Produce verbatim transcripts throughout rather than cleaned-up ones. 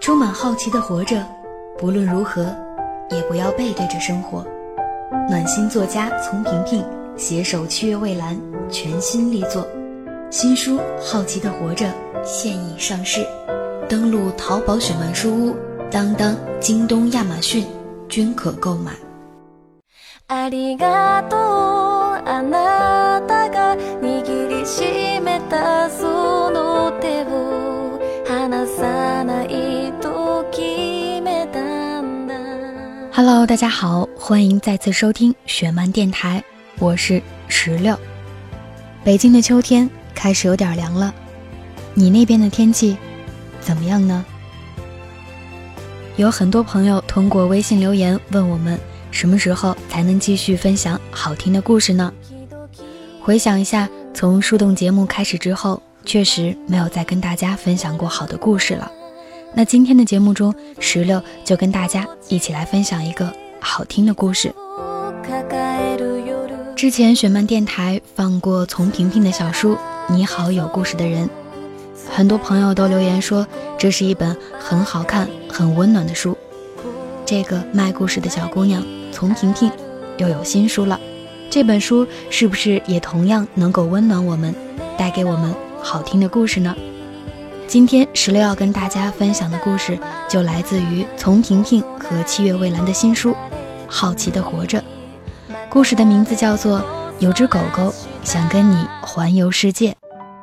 充满好奇的活着，不论如何也不要背对着生活。暖心作家丛萍萍携手七月蔚蓝全新力作新书《好奇的活着》现已上市，登录淘宝雪漫书屋、当当、京东、亚马逊均可购买。 ありがとう、あなたが握りしめたその手を離さないと決めたんだ。 Hello， 大家好，欢迎再次收听雪漫电台，我是石榴。北京的秋天开始有点凉了，你那边的天气怎么样呢？有很多朋友通过微信留言问我们什么时候才能继续分享好听的故事呢？回想一下，从树洞节目开始之后，确实没有再跟大家分享过好的故事了。那今天的节目中，石榴就跟大家一起来分享一个好听的故事。之前雪漫电台放过丛萍萍的小书《你好有故事的人》，很多朋友都留言说这是一本很好看很温暖的书。这个卖故事的小姑娘丛萍萍又有新书了，这本书是不是也同样能够温暖我们，带给我们好听的故事呢？今天石榴要跟大家分享的故事就来自于丛萍萍和七月蔚蓝的新书《好奇的活着》。故事的名字叫做有只狗狗想跟你环游世界。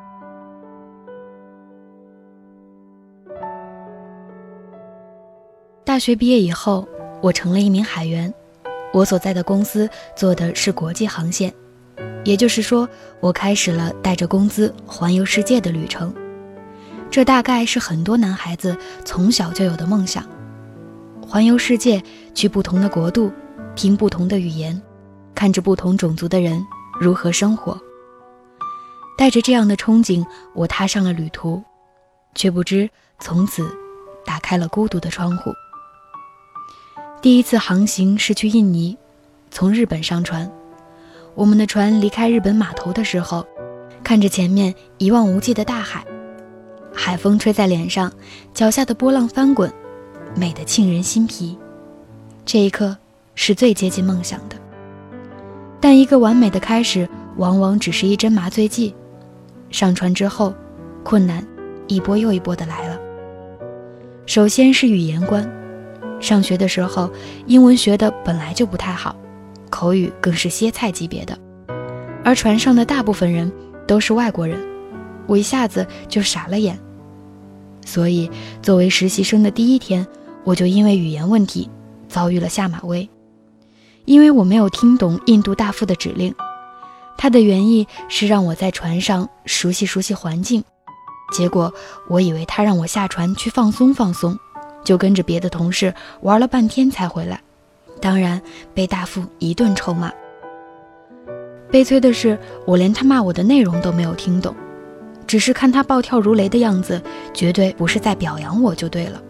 大学毕业以后，我成了一名海员，我所在的公司做的是国际航线，也就是说，我开始了带着工资环游世界的旅程。这大概是很多男孩子从小就有的梦想，环游世界，去不同的国度，听不同的语言，看着不同种族的人如何生活。带着这样的憧憬，我踏上了旅途，却不知从此打开了孤独的窗户。第一次航行是去印尼，从日本上船。我们的船离开日本码头的时候，看着前面一望无际的大海，海风吹在脸上，脚下的波浪翻滚，美得沁人心脾。这一刻是最接近梦想的，但一个完美的开始往往只是一针麻醉剂。上船之后，困难一波又一波的来了。首先是语言关，上学的时候英文学的本来就不太好，口语更是歇菜级别的，而船上的大部分人都是外国人，我一下子就傻了眼。所以作为实习生的第一天，我就因为语言问题遭遇了下马威。因为我没有听懂印度大副的指令，他的原意是让我在船上熟悉熟悉环境，结果我以为他让我下船去放松放松，就跟着别的同事玩了半天才回来，当然被大副一顿臭骂。悲催的是，我连他骂我的内容都没有听懂，只是看他暴跳如雷的样子，绝对不是在表扬我就对了。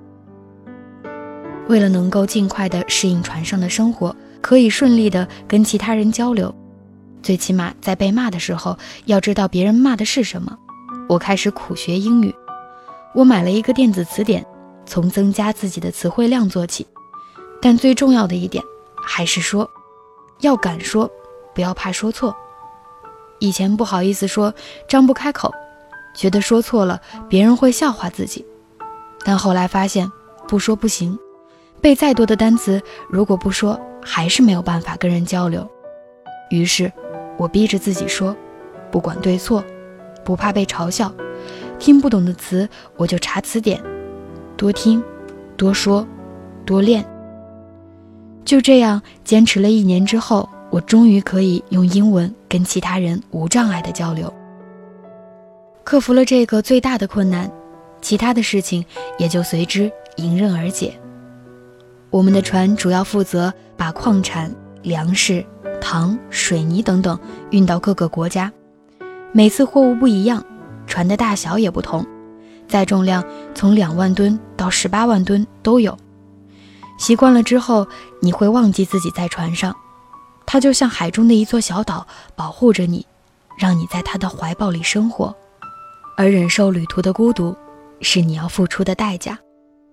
为了能够尽快地适应船上的生活，可以顺利地跟其他人交流，最起码在被骂的时候要知道别人骂的是什么，我开始苦学英语。我买了一个电子词典，从增加自己的词汇量做起，但最重要的一点还是说，要敢说，不要怕说错。以前不好意思说，张不开口，觉得说错了别人会笑话自己，但后来发现不说不行，背再多的单词，如果不说还是没有办法跟人交流。于是我逼着自己说，不管对错，不怕被嘲笑，听不懂的词我就查词典，多听多说多练。就这样坚持了一年之后，我终于可以用英文跟其他人无障碍的交流。克服了这个最大的困难，其他的事情也就随之迎刃而解。我们的船主要负责把矿产、粮食、糖、水泥等等运到各个国家，每次货物不一样，船的大小也不同，载重量从两万吨到十八万吨都有。习惯了之后，你会忘记自己在船上，它就像海中的一座小岛，保护着你，让你在它的怀抱里生活。而忍受旅途的孤独，是你要付出的代价。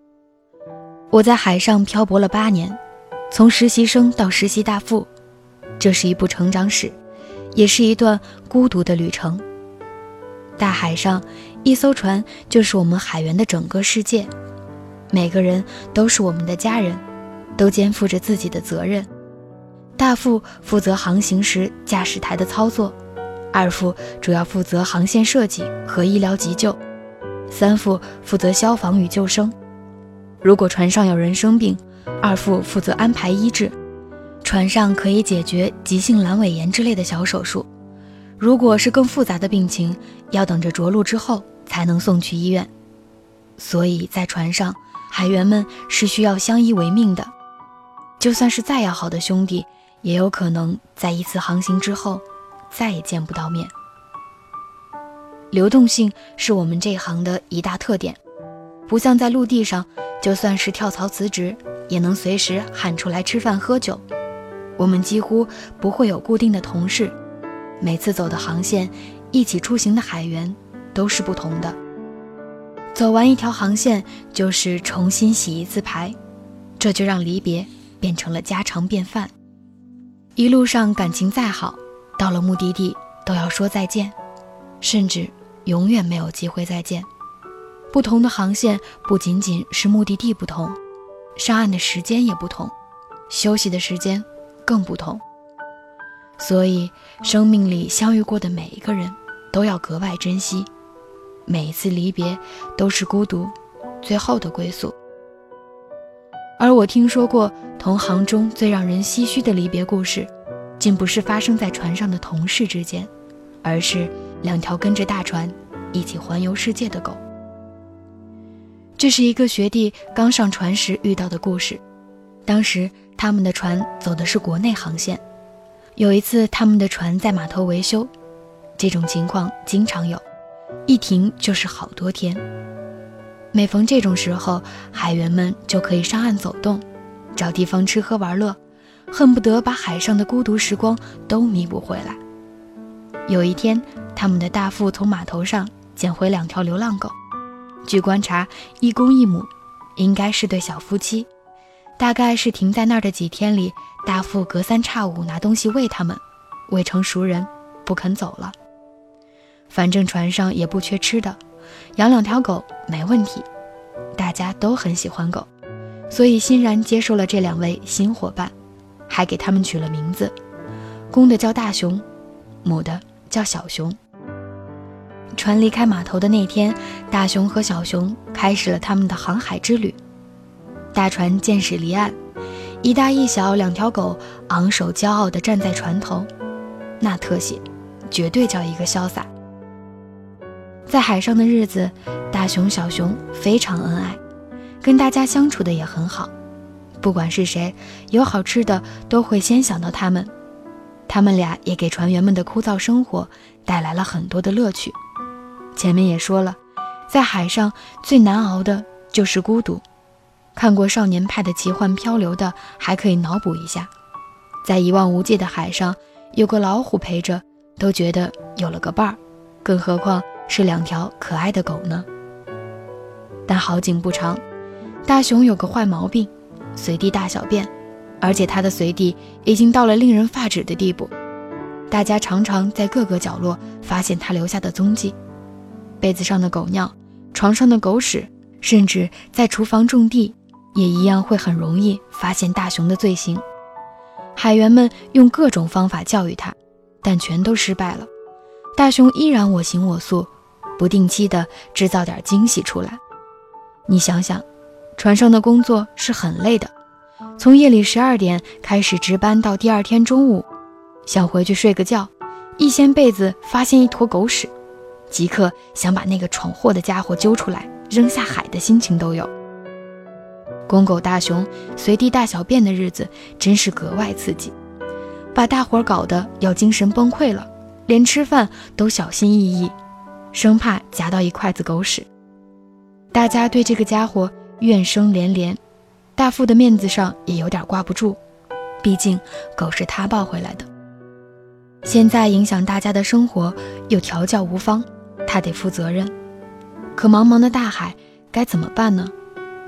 我在海上漂泊了八年，从实习生到实习大副，这是一部成长史，也是一段孤独的旅程。大海上，一艘船就是我们海员的整个世界，每个人都是我们的家人，都肩负着自己的责任。大副负责航行时驾驶台的操作，二副主要负责航线设计和医疗急救，三副负责消防与救生。如果船上有人生病，二副负责安排医治，船上可以解决急性阑尾炎之类的小手术，如果是更复杂的病情，要等着着陆之后才能送去医院。所以在船上，海员们是需要相依为命的，就算是再要好的兄弟，也有可能在一次航行之后再也见不到面。流动性是我们这行的一大特点，不像在陆地上，就算是跳槽辞职，也能随时喊出来吃饭喝酒。我们几乎不会有固定的同事，每次走的航线，一起出行的海员都是不同的。走完一条航线，就是重新洗一次牌，这就让离别变成了家常便饭。一路上感情再好，到了目的地都要说再见，甚至永远没有机会再见。不同的航线不仅仅是目的地不同，上岸的时间也不同，休息的时间更不同。所以生命里相遇过的每一个人都要格外珍惜，每一次离别都是孤独最后的归宿。而我听说过同行中最让人唏嘘的离别故事，竟不是发生在船上的同事之间，而是两条跟着大船一起环游世界的狗。这是一个学弟刚上船时遇到的故事。当时他们的船走的是国内航线，有一次他们的船在码头维修，这种情况经常有，一停就是好多天。每逢这种时候，海员们就可以上岸走动，找地方吃喝玩乐，恨不得把海上的孤独时光都弥补回来。有一天，他们的大副从码头上捡回两条流浪狗，据观察，一公一母，应该是对小夫妻。大概是停在那儿的几天里，大副隔三差五拿东西喂它们，喂成熟人不肯走了。反正船上也不缺吃的，养两条狗没问题，大家都很喜欢狗，所以欣然接受了这两位新伙伴，还给他们取了名字，公的叫大熊，母的叫小熊。船离开码头的那天，大熊和小熊开始了他们的航海之旅。大船箭驶离岸，一大一小两条狗昂首骄傲地站在船头，那特写绝对叫一个潇洒。在海上的日子，大熊小熊非常恩爱，跟大家相处的也很好，不管是谁有好吃的都会先想到他们。他们俩也给船员们的枯燥生活带来了很多的乐趣。前面也说了，在海上最难熬的就是孤独。看过少年派的奇幻漂流的还可以脑补一下，在一望无际的海上有个老虎陪着，都觉得有了个伴儿，更何况是两条可爱的狗呢。但好景不长，大熊有个坏毛病，随地大小便，而且他的随地已经到了令人发指的地步，大家常常在各个角落发现他留下的踪迹，被子上的狗尿，床上的狗屎，甚至在厨房种地也一样会很容易发现大熊的罪行。海员们用各种方法教育他，但全都失败了。大熊依然我行我素，不定期地制造点惊喜出来。你想想，船上的工作是很累的，从夜里十二点开始值班到第二天中午，想回去睡个觉，一掀被子发现一坨狗屎，即刻想把那个闯祸的家伙揪出来扔下海的心情都有。公狗大熊随地大小便的日子真是格外刺激，把大伙搞得要精神崩溃了，连吃饭都小心翼翼，生怕夹到一筷子狗屎。大家对这个家伙怨声连连，大副的面子上也有点挂不住，毕竟狗是他抱回来的。现在影响大家的生活又调教无方，他得负责任。可茫茫的大海该怎么办呢？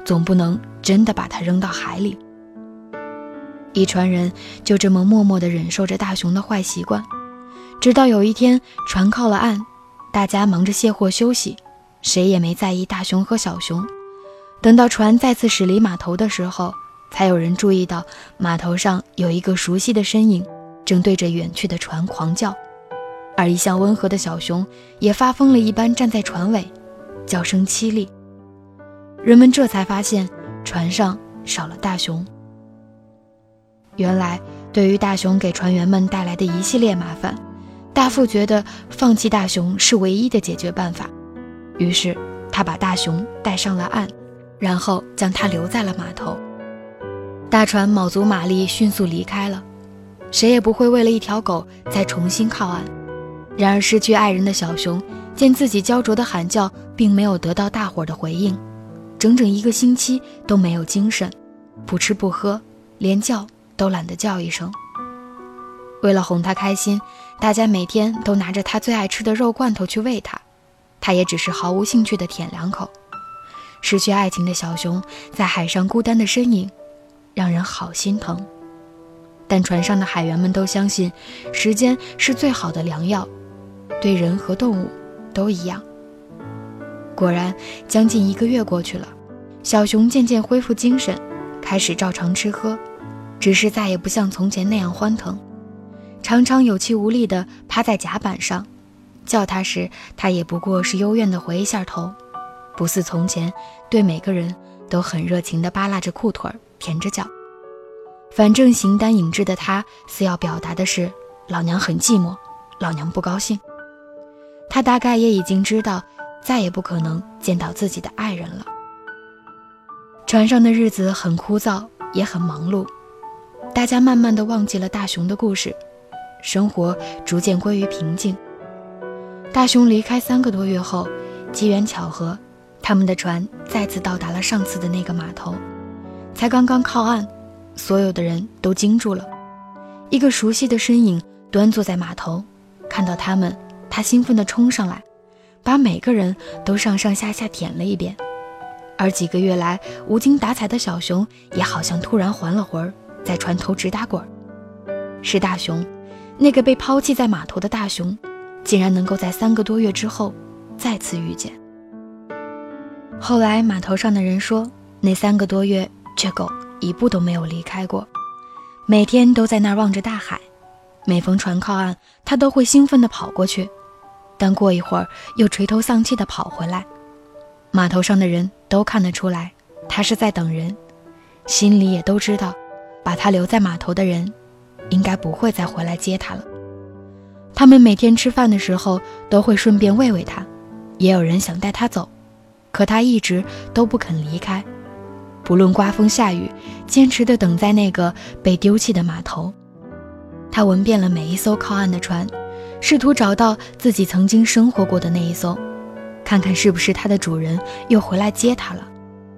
总不能真的把它扔到海里。一船人就这么默默地忍受着大熊的坏习惯，直到有一天船靠了岸，大家忙着卸货休息，谁也没在意大熊和小熊。等到船再次驶离码头的时候，才有人注意到码头上有一个熟悉的身影正对着远去的船狂叫，而一向温和的小熊也发疯了一般站在船尾，叫声凄厉。人们这才发现船上少了大熊。原来对于大熊给船员们带来的一系列麻烦，大副觉得放弃大熊是唯一的解决办法，于是他把大熊带上了岸，然后将它留在了码头。大船卯足马力迅速离开了，谁也不会为了一条狗再重新靠岸。然而失去爱人的小熊见自己焦灼的喊叫并没有得到大伙的回应，整整一个星期都没有精神，不吃不喝，连叫都懒得叫一声。为了哄他开心，大家每天都拿着他最爱吃的肉罐头去喂他，他也只是毫无兴趣地舔两口。失去爱情的小熊在海上孤单的身影让人好心疼。但船上的海员们都相信时间是最好的良药，对人和动物都一样。果然将近一个月过去了，小熊渐渐恢复精神，开始照常吃喝，只是再也不像从前那样欢腾，常常有气无力地趴在甲板上，叫他时他也不过是幽怨地回一下头，不似从前对每个人都很热情地扒拉着裤腿踮着脚。反正形单影只的他似要表达的是老娘很寂寞，老娘不高兴。他大概也已经知道再也不可能见到自己的爱人了。船上的日子很枯燥也很忙碌，大家慢慢地忘记了大熊的故事，生活逐渐归于平静。大熊离开三个多月后，机缘巧合，他们的船再次到达了上次的那个码头。才刚刚靠岸，所有的人都惊住了。一个熟悉的身影端坐在码头，看到他们，他兴奋地冲上来，把每个人都上上下下舔了一遍。而几个月来无精打采的小熊也好像突然还了魂，在船头直打滚。是大熊，那个被抛弃在码头的大熊，竟然能够在三个多月之后再次遇见。后来码头上的人说，那三个多月这狗一步都没有离开过，每天都在那儿望着大海，每逢船靠岸，它都会兴奋地跑过去，但过一会儿又垂头丧气地跑回来。码头上的人都看得出来，他是在等人，心里也都知道，把他留在码头的人应该不会再回来接他了。他们每天吃饭的时候都会顺便喂喂他，也有人想带他走，可他一直都不肯离开，不论刮风下雨，坚持地等在那个被丢弃的码头。他闻遍了每一艘靠岸的船，试图找到自己曾经生活过的那一艘，看看是不是他的主人又回来接他了。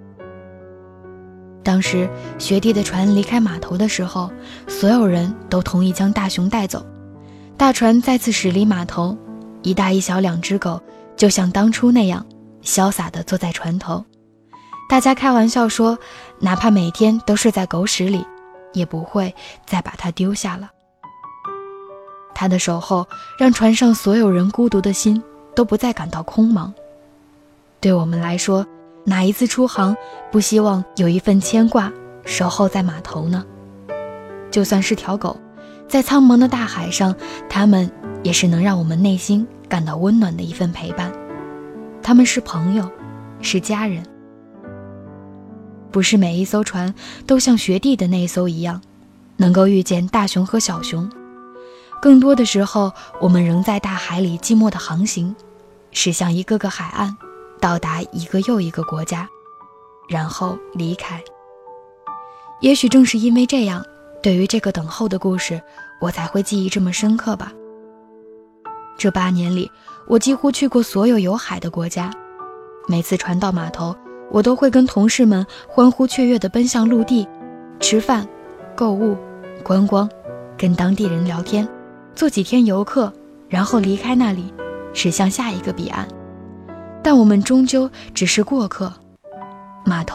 当时学弟的船离开码头的时候，所有人都同意将大熊带走。大船再次驶离码头，一大一小两只狗就像当初那样潇洒地坐在船头。大家开玩笑说，哪怕每天都睡在狗屎里，也不会再把它丢下了。他的守候让船上所有人孤独的心都不再感到空茫。对我们来说，哪一次出航不希望有一份牵挂守候在码头呢？就算是条狗，在苍茫的大海上，它们也是能让我们内心感到温暖的一份陪伴。他们是朋友，是家人。不是每一艘船都像学弟的那一艘一样，能够遇见大熊和小熊。更多的时候，我们仍在大海里寂寞的航行，驶向一个个海岸，到达一个又一个国家，然后离开。也许正是因为这样，对于这个等候的故事，我才会记忆这么深刻吧。这八年里，我几乎去过所有有海的国家，每次船到码头，我都会跟同事们欢呼雀跃地奔向陆地，吃饭、购物、观光，跟当地人聊天，做几天游客，然后离开那里，驶向下一个彼岸。但我们终究只是过客，码头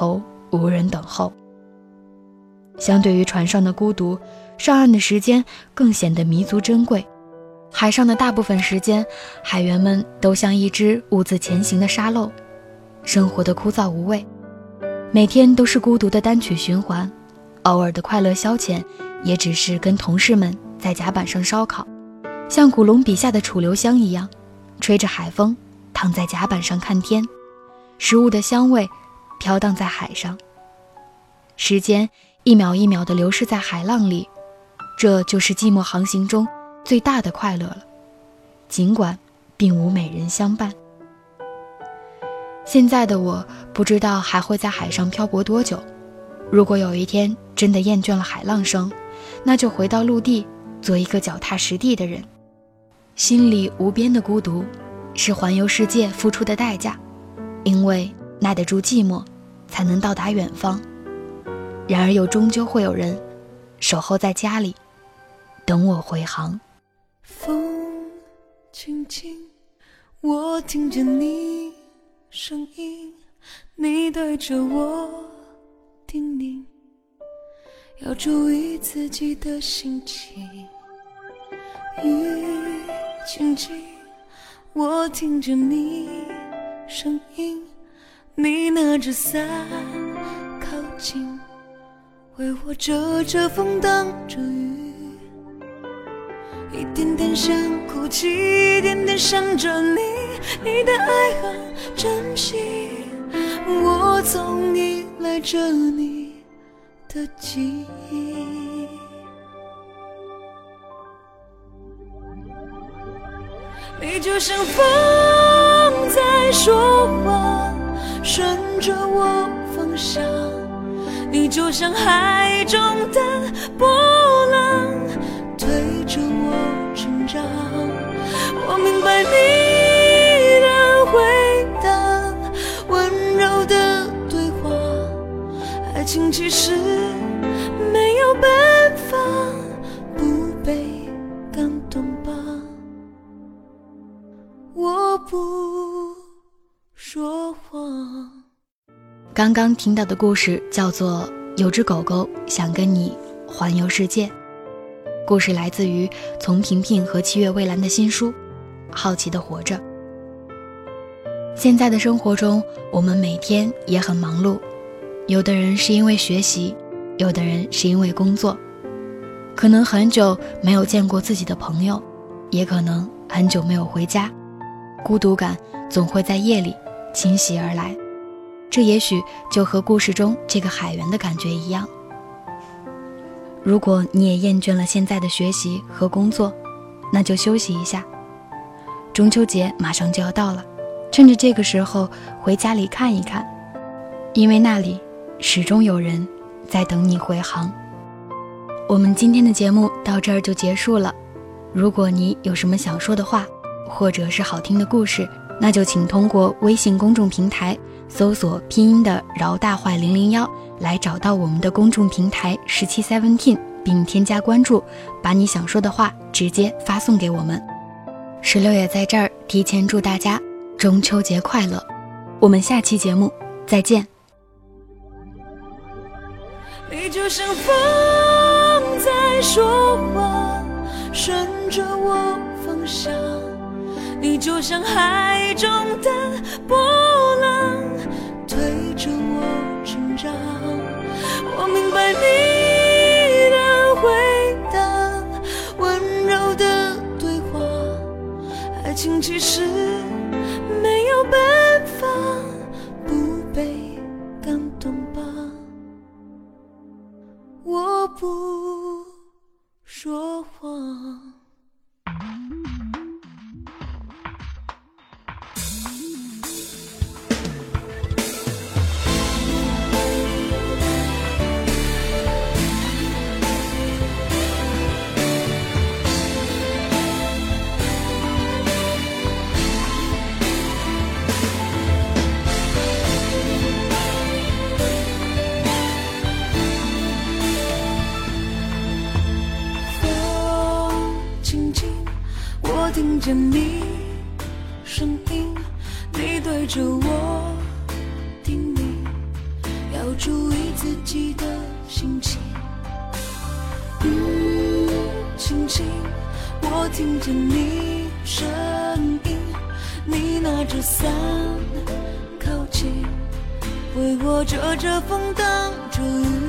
无人等候。相对于船上的孤独，上岸的时间更显得弥足珍贵。海上的大部分时间，海员们都像一只兀自前行的沙漏，生活的枯燥无味，每天都是孤独的单曲循环，偶尔的快乐消遣也只是跟同事们在甲板上烧烤，像古龙笔下的楚留香一样，吹着海风，躺在甲板上看天，食物的香味飘荡在海上，时间一秒一秒地流逝在海浪里，这就是寂寞航行中最大的快乐了，尽管并无美人相伴。现在的我不知道还会在海上漂泊多久，如果有一天真的厌倦了海浪声，那就回到陆地，做一个脚踏实地的人。心里无边的孤独，是环游世界付出的代价，因为耐得住寂寞，才能到达远方。然而又终究会有人守候在家里，等我回航。 风轻轻，我听见你声音，你对着我叮咛，要注意自己的心情。雨轻轻，我听见你声音，你拿着伞靠近，为我遮着风挡着雨，一点点想哭泣，一点点想着你，你的爱很珍惜，我总依赖着你的记忆。你就像风在说话，顺着我方向，你就像海中的波浪，推着我成长。我明白你的回答，温柔的对话，爱情其实没有办法不被感动吧。我不说谎。 刚刚听到的故事叫做《有只狗狗想跟你环游世界》，故事来自于丛萍萍和七月蔚蓝的新书《好奇的活着》。现在的生活中，我们每天也很忙碌，有的人是因为学习，有的人是因为工作，可能很久没有见过自己的朋友，也可能很久没有回家，孤独感总会在夜里侵袭而来。这也许就和故事中这个海员的感觉一样。如果你也厌倦了现在的学习和工作，那就休息一下。中秋节马上就要到了，趁着这个时候回家里看一看，因为那里始终有人在等你回航。我们今天的节目到这儿就结束了。如果你有什么想说的话，或者是好听的故事，那就请通过微信公众平台搜索拼音的饶大坏零零一来找到我们的公众平台十七 seventeen， 并添加关注，把你想说的话直接发送给我们。石榴也在这儿提前祝大家中秋节快乐，我们下期节目再见。 你就像风在说话，顺着我方向，你就像海中的波浪，推着我成长。我明白你的回答，温柔的对话，爱情其实没有办法不被感动吧。我不说谎。听见你声音，你对着我叮咛，要注意自己的心情。嗯，轻轻，我听见你声音，你拿着伞靠近，为我遮着风挡着雨。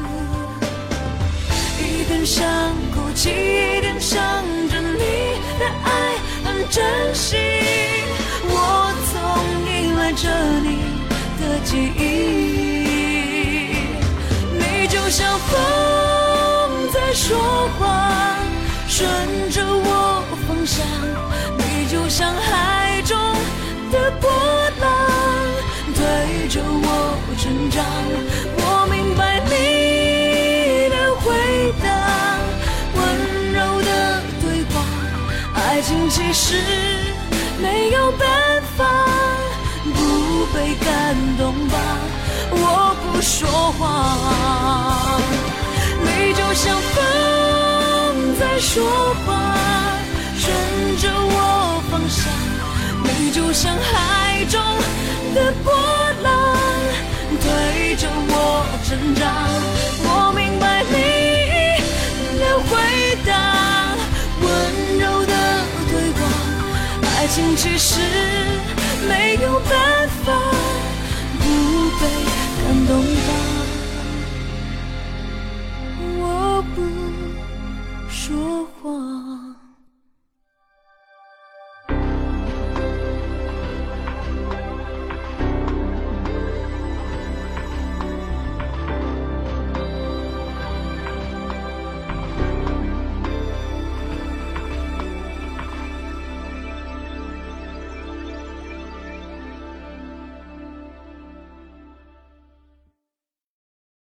一边想哭泣，一边想着你的爱很真心。我总依赖着你的记忆，你就像风在说话，顺着我方向。你就像海中的波浪，推着我成长。我明白你的回答，温柔的对话。爱情其实没有办法不被感动吧，我不说话。你就像风在说话，顺着我方向。你就像海中的波浪，推着我成长。我明白你的回答，温柔的对话。爱情其实没有办法不被感动吧。